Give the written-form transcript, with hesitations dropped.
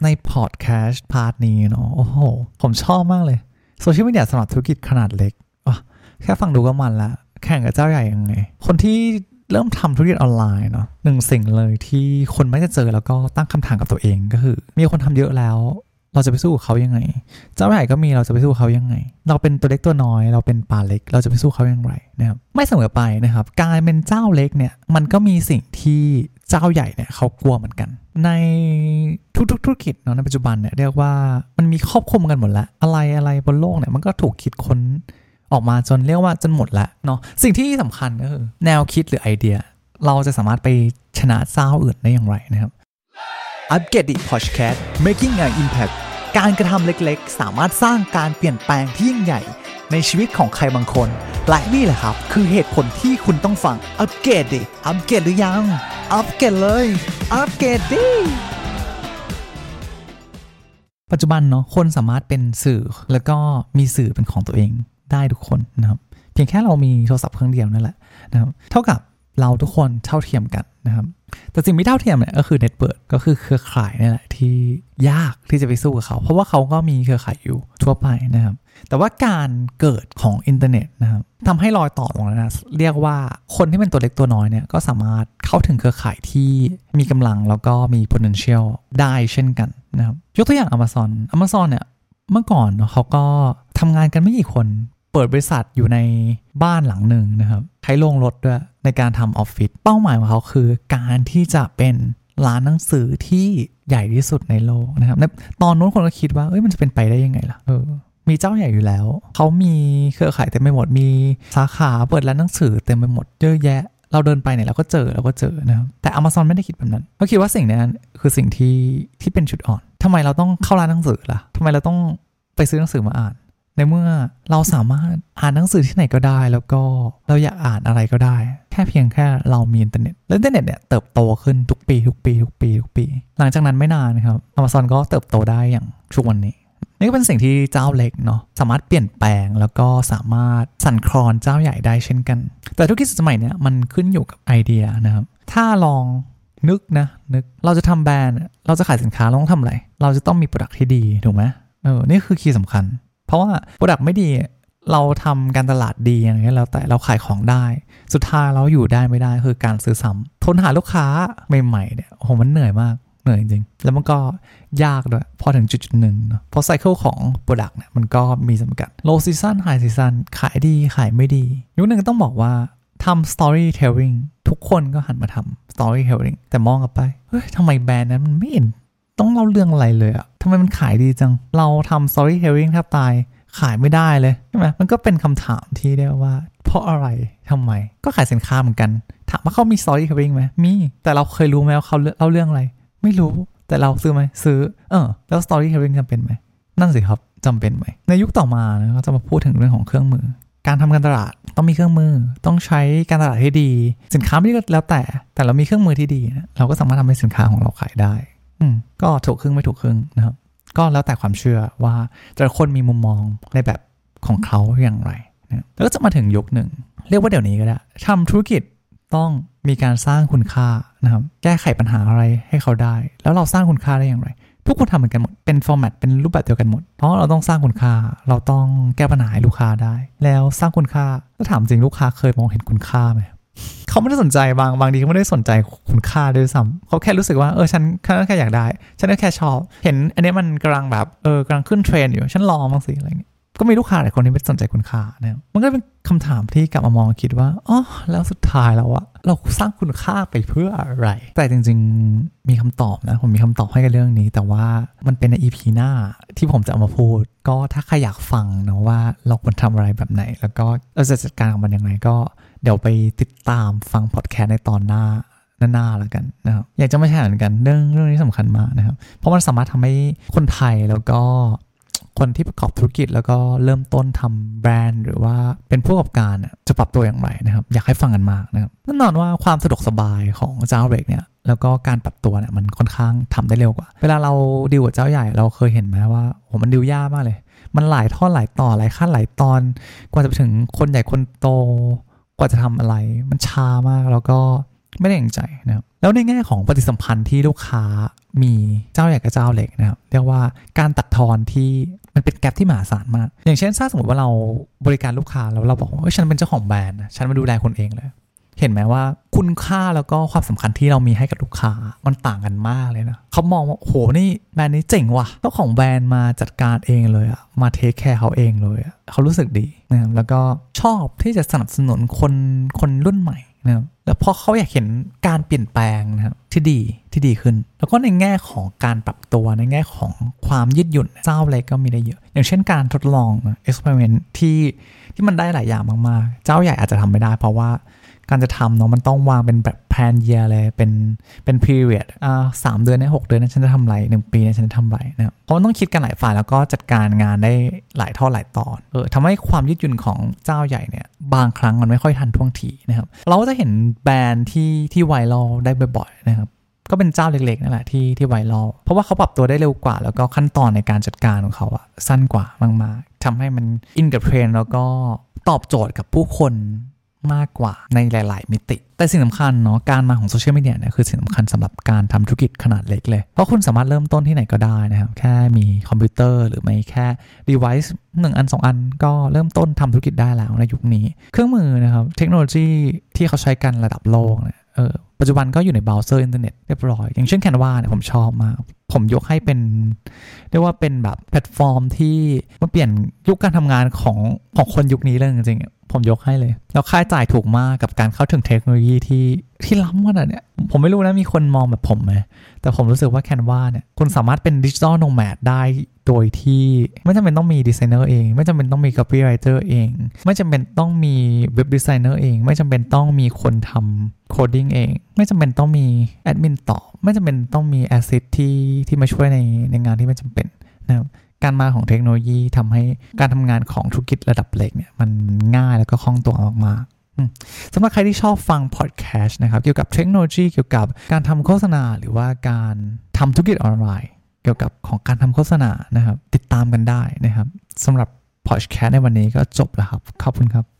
ในพอดแคสต์พาร์ทนี้เนาะโอ้โหผมชอบมากเลยโซเชียลมีเดียสำหรับธุรกิจขนาดเล็กแค่ฟังดูก็มันละแข่งกับเจ้าใหญ่ยังไงคนที่เริ่มทำธุรกิจออนไลน์เนาะหนึ่งสิ่งเลยที่คนไม่จะเจอแล้วก็ตั้งคำถามกับตัวเองก็คือมีคนทำเยอะแล้วเราจะไปสู้กับเขายังไงเจ้าใหญ่ก็มีเราจะไปสู้เขายังไงเราเป็นตัวเล็กตัวน้อยเราเป็นปลาเล็กเราจะไปสู้เขาอย่างไรนะครับไม่เสมอไปนะครับการเป็นเจ้าเล็กเนี่ยมันก็มีสิ่งที่เจ้าใหญ่เนี่ยเขากลัวเหมือนกันในทุกธุรกิจเนาะในปัจจุบันเนี่ยเรียกว่ามันมีครอบคลุมกันหมดแล้วอะไรบนโลกเนี่ยมันก็ถูกคิดค้นออกมาจนเรียกว่าจนหมดแล้วเนาะสิ่งที่สำคัญก็คือแนวคิดหรือไอเดียเราจะสามารถไปชนะเจ้าอื่นได้อย่างไรนะครับUpgrade the Podcast Making an Impact การกระทำเล็กๆสามารถสร้างการเปลี่ยนแปลงที่ยิ่งใหญ่ในชีวิตของใครบางคนและนี่แหละครับคือเหตุผลที่คุณต้องฟัง Upgrade ดิ Upgrade หรือยัง Upgrade เลย Upgrade ดิปัจจุบันเนาะคนสามารถเป็นสื่อแล้วก็มีสื่อเป็นของตัวเองได้ทุกคนนะครับเพียงแค่เรามีโทรศัพท์เครื่องเดียวนั่นแหละนะครับเท่ากับเราทุกคนเท่าเทียมกันนะครับแต่สิ่งไม่เท่าเทียมเนี่ยก็คือเน็ตเวิร์คก็คือเครือข่ายนี่แหละที่ยากที่จะไปสู้กับเขาเพราะว่าเขาก็มีเครือข่ายอยู่ทั่วไปนะครับแต่ว่าการเกิดของอินเทอร์เน็ตนะครับทำให้รอยต่อตรงนั้นนะเรียกว่าคนที่เป็นตัวเล็กตัวน้อยเนี่ยก็สามารถเข้าถึงเครือข่ายที่มีกำลังแล้วก็มี potential ได้เช่นกันนะครับยกตัวอย่าง Amazon เนี่ยเมื่อก่อนเขาก็ทำงานกันไม่กี่คนเปิดบริษัทอยู่ในบ้านหลังหนึ่งนะครับใช้โรงรถด้วยในการทำออฟฟิศเป้าหมายของเขาคือการที่จะเป็นร้านหนังสือที่ใหญ่ที่สุดในโลกนะครับในตอนนู้นคนก็คิดว่ามันจะเป็นไปได้ยังไงล่ะมีเจ้าใหญ่อยู่แล้วเขามีเครือข่ายเต็มไปหมดมีสาขาเปิดร้านหนังสือเต็มไปหมดเยอะแยะเราเดินไปเนี่ยเราก็เจอนะครับแต่ Amazon ไม่ได้คิดแบบนั้นเขาคิดว่าสิ่งนั้นคือสิ่งที่เป็นจุดอ่อนทำไมเราต้องเข้าร้านหนังสือล่ะทำไมเราต้องไปซื้อหนังสือมาอ่านในเมื่อเราสามารถอ่านหนังสือที่ไหนก็ได้แล้วก็เราอยากอ่านอะไรก็ได้แค่เพียงแค่เรามีอินเทอร์เน็ตแล้วอินเทอร์เน็ตเนี่ยเติบโตขึ้นทุกปีหลังจากนั้นไม่นานนะครับ Amazon ก็เติบโตได้อย่างทุกวันนี้นี่ก็เป็นสิ่งที่เจ้าเล็กเนาะสามารถเปลี่ยนแปลงแล้วก็สามารถสั่นคลอนเจ้าใหญ่ได้เช่นกันแต่ธุรกิจสมัยเนี้ยมันขึ้นอยู่กับไอเดียนะครับถ้าลองนึกเราจะทำแบรนด์เราจะขายสินค้าเราต้องทำอะไรเราจะต้องมีโปรดักต์ที่ดีถูกไหมนี่คือคีย์สำคัญเพราะว่าโปรดักต์ไม่ดีเราทำการตลาดดีอย่างเงี้ยแล้วแต่เราขายของได้สุดท้ายเราอยู่ได้ไม่ได้คือการซื้อซ้ำทนหาลูกค้าใหม่ๆเนี่ยโอ้โหมันเหนื่อยมากเหนื่อยจริงๆแล้วมันก็ยากด้วยพอถึงจุดหนึ่งเนาะเพราะไซเคิลของโปรดักต์เนี่ยมันก็มีจำกัด low season high season ขายดีขายไม่ดียุคนึงต้องบอกว่าทำ storytelling ทุกคนก็หันมาทำ storytelling แต่มองกลับไปทำไมแบรนด์นั้นมันไม่เห็นต้องเล่าเรื่องอะไรเลยอะทำไมมันขายดีจังเราทำ storytelling แทบตายขายไม่ได้เลยใช่ไหมมันก็เป็นคำถามที่เรียกว่าเพราะอะไรทำไมก็ขายสินค้าเหมือนกันถามว่าเขามี storytelling ไหมมีแต่เราเคยรู้ไหมว่าเขาเล่าเรื่องอะไรไม่รู้แต่เราซื้อไหมซื้อแล้ว storytelling จำเป็นไหมนั่นสิครับจำเป็นไหมในยุคต่อมานะก็จะมาพูดถึงเรื่องของเครื่องมือการทำการตลาดต้องมีเครื่องมือต้องใช้การตลาดที่ดีสินค้าไม่ได้แล้วแต่เรามีเครื่องมือที่ดีนะเราก็สามารถทำให้สินค้าของเราขายได้ก็ถูกครึ่งไม่ถูกครึ่งนะครับก็แล้วแต่ความเชื่อว่าแต่ละคนมีมุมมองในแบบของเขาอย่างไรนะแล้วก็จะมาถึงยุคหนึ่งเรียกว่าเดี๋ยวนี้ก็ได้ทำธุรกิจต้องมีการสร้างคุณค่านะครับแก้ไขปัญหาอะไรให้เขาได้แล้วเราสร้างคุณค่าได้อย่างไรทุกคนทำเหมือนกันหมดเป็นฟอร์แมตเป็นรูปแบบเดียวกันหมดเพราะเราต้องสร้างคุณค่าเราต้องแก้ปัญหาให้ลูกค้าได้แล้วสร้างคุณค่าถ้าถามจริงลูกค้าเคยมองเห็นคุณค่าไหมเขาไม่ได้สนใจบางทีเขาไม่ได้สนใจคุณค่าด้วยซ้ำเขาแค่รู้สึกว่าฉันแค่อยากได้ฉันก็แค่ชอบเห็นอันนี้มันกำลังแบบกำลังขึ้นเทรนด์อยู่ฉันลองบ้างสิอะไรเงี้ยก็มีลูกค้าหลายคนที่ไม่สนใจคุณค่านะมันก็เป็นคำถามที่กลับมามองคิดว่าแล้วสุดท้ายแล้วเราสร้างคุณค่าไปเพื่ออะไรแต่จริงๆมีคำตอบนะผมมีคำตอบให้กับเรื่องนี้แต่ว่ามันเป็นใน EP หน้าที่ผมจะเอามาพูดก็ถ้าใครอยากฟังนะว่าเราควรทำอะไรแบบไหนแล้วก็เราจะจัดการกับมันยังไงก็เดี๋ยวไปติดตามฟังพอดแคสต์ในตอนหน้าแล้วกันนะครับอยากจะมาแชร์เหมือนกันเรื่องนี้สำคัญมากนะครับเพราะมันสามารถทำให้คนไทยแล้วก็คนที่ประกอบธุรกิจแล้วก็เริ่มต้นทำแบรนด์หรือว่าเป็นผู้ประกอบการจะปรับตัวอย่างไรนะครับอยากให้ฟังกันมากนะครับแน่นอนว่าความสะดวกสบายของเจ้าเล็กเนี่ยแล้วก็การปรับตัวเนี่ยมันค่อนข้างทำได้เร็วกว่าเวลาเราดีลกับเจ้าใหญ่เราเคยเห็นไหมว่ามันดีลยากมากเลยมันหลายท่อนหลายต่อหลายขั้นหลายตอนกว่าจะไปถึงคนใหญ่คนโตกว่าจะทำอะไรมันช้ามากแล้วก็ไม่ได้อย่างใจนะครับแล้วในแง่ของปฏิสัมพันธ์ที่ลูกค้ามีเจ้าใหญ่กับเจ้าเล็กนะครับเรียกว่าการตัดทอนที่มันเป็นแกลบที่มหาศาลมากอย่างเช่นถ้าสมมติว่าเราบริการลูกค้าแล้วเราบอกว่าฉันเป็นเจ้าของแบรนด์ฉันมาดูแลคนเองเลยเห็นไหมว่าคุณค่าแล้วก็ความสำคัญที่เรามีให้กับลูกค้ามันต่างกันมากเลยนะเขามองว่าโหนี่แบรนด์นี้เจ๋งว่ะเจ้าของแบรนด์มาจัดการเองเลยอะมาเทคแคร์เขาเองเลยอะเขารู้สึกดีนะครับแล้วก็ชอบที่จะสนับสนุนคนรุ่นใหม่นะครับแล้วพอเขาอยากเห็นการเปลี่ยนแปลงนะครับที่ดีขึ้นแล้วก็ในแง่ของการปรับตัวในแง่ของความยืดหยุ่นเจ้าอะไรก็มีได้เยอะอย่างเช่นการทดลอง experiment ที่มันได้หลายอย่างมากๆเจ้าใหญ่อาจจะทำไม่ได้เพราะว่าการจะทำเนาะมันต้องวางเป็นแบบแพลนเยียร์เลยเป็น period 3 เดือน6 เดือนฉันจะทำอะไร1 ปีฉันจะทำอะไรนะครับเพราะมันต้องคิดกันหลายฝ่ายแล้วก็จัดการงานได้หลายทอดหลายตอนทำให้ความยืดหยุ่นของเจ้าใหญ่เนี่ยบางครั้งมันไม่ค่อยทันท่วงทีนะครับเราก็จะเห็นแบรนด์ที่ไวรัลได้บ่อยๆนะครับก็เป็นเจ้าเล็กๆนั่นแหละที่ไวรัลเพราะว่าเขาปรับตัวได้เร็วกว่าแล้วก็ขั้นตอนในการจัดการของเขาอะสั้นกว่ามากๆทำให้มันอินกับเทรนด์แล้วก็ตอบโจทย์กับผู้คนมากกว่าในหลายๆมิติแต่สิ่งสำคัญเนาะการมาของโซเชียลมีเดียเนี่ยคือสิ่งสำคัญสำหรับการทำธุรกิจขนาดเล็กเลยเพราะคุณสามารถเริ่มต้นที่ไหนก็ได้นะครับแค่มีคอมพิวเตอร์หรือไม่แค่ device 1 อัน 2 อันก็เริ่มต้นทำธุรกิจได้แล้วในยุคนี้เครื่องมือนะครับเทคโนโลยีที่เขาใช้กันระดับโลกเนี่ยปัจจุบันก็อยู่ในเบราว์เซอร์อินเทอร์เน็ตเรียบร้อยอย่างเช่น Canva เนี่ยผมชอบมากผมยกให้เป็นเรียกว่าเป็นแบบแพลตฟอร์มที่มันเปลี่ยนยุคการทำงานของคนยุคนี้เลยจริงๆผมยกให้เลยแล้วค่าใช้จ่ายถูกมากกับการเข้าถึงเทคโนโลยีที่ล้ำขนาดเนี้ยผมไม่รู้นะมีคนมองแบบผมไหมแต่ผมรู้สึกว่า Canva เนี่ยคุณสามารถเป็นดิจิทัลโนแมดได้โดยที่ไม่จำเป็นต้องมีดีไซเนอร์เองไม่จำเป็นต้องมี copywriter เองไม่จำเป็นต้องมีเว็บดีไซเนอร์เองไม่จำเป็นต้องมีคนทำโคดดิ้งเองไม่จำเป็นต้องมีแอดมินต่อไม่จำเป็นต้องมีแอสซิสที่มาช่วยในงานที่ไม่จำเป็นนะครับการมาของเทคโนโลยีทำให้การทำงานของธุรกิจระดับเล็กเนี่ยมันง่ายแล้วก็คล่องตัวมากๆสำหรับใครที่ชอบฟังพอดแคสต์นะครับเกี่ยวกับเทคโนโลยีเกี่ยวกับการทำโฆษณาหรือว่าการทำธุรกิจออนไลน์เกี่ยวกับของการทำโฆษณานะครับติดตามกันได้นะครับสำหรับพอดแคสต์ในวันนี้ก็จบแล้วครับขอบคุณครับ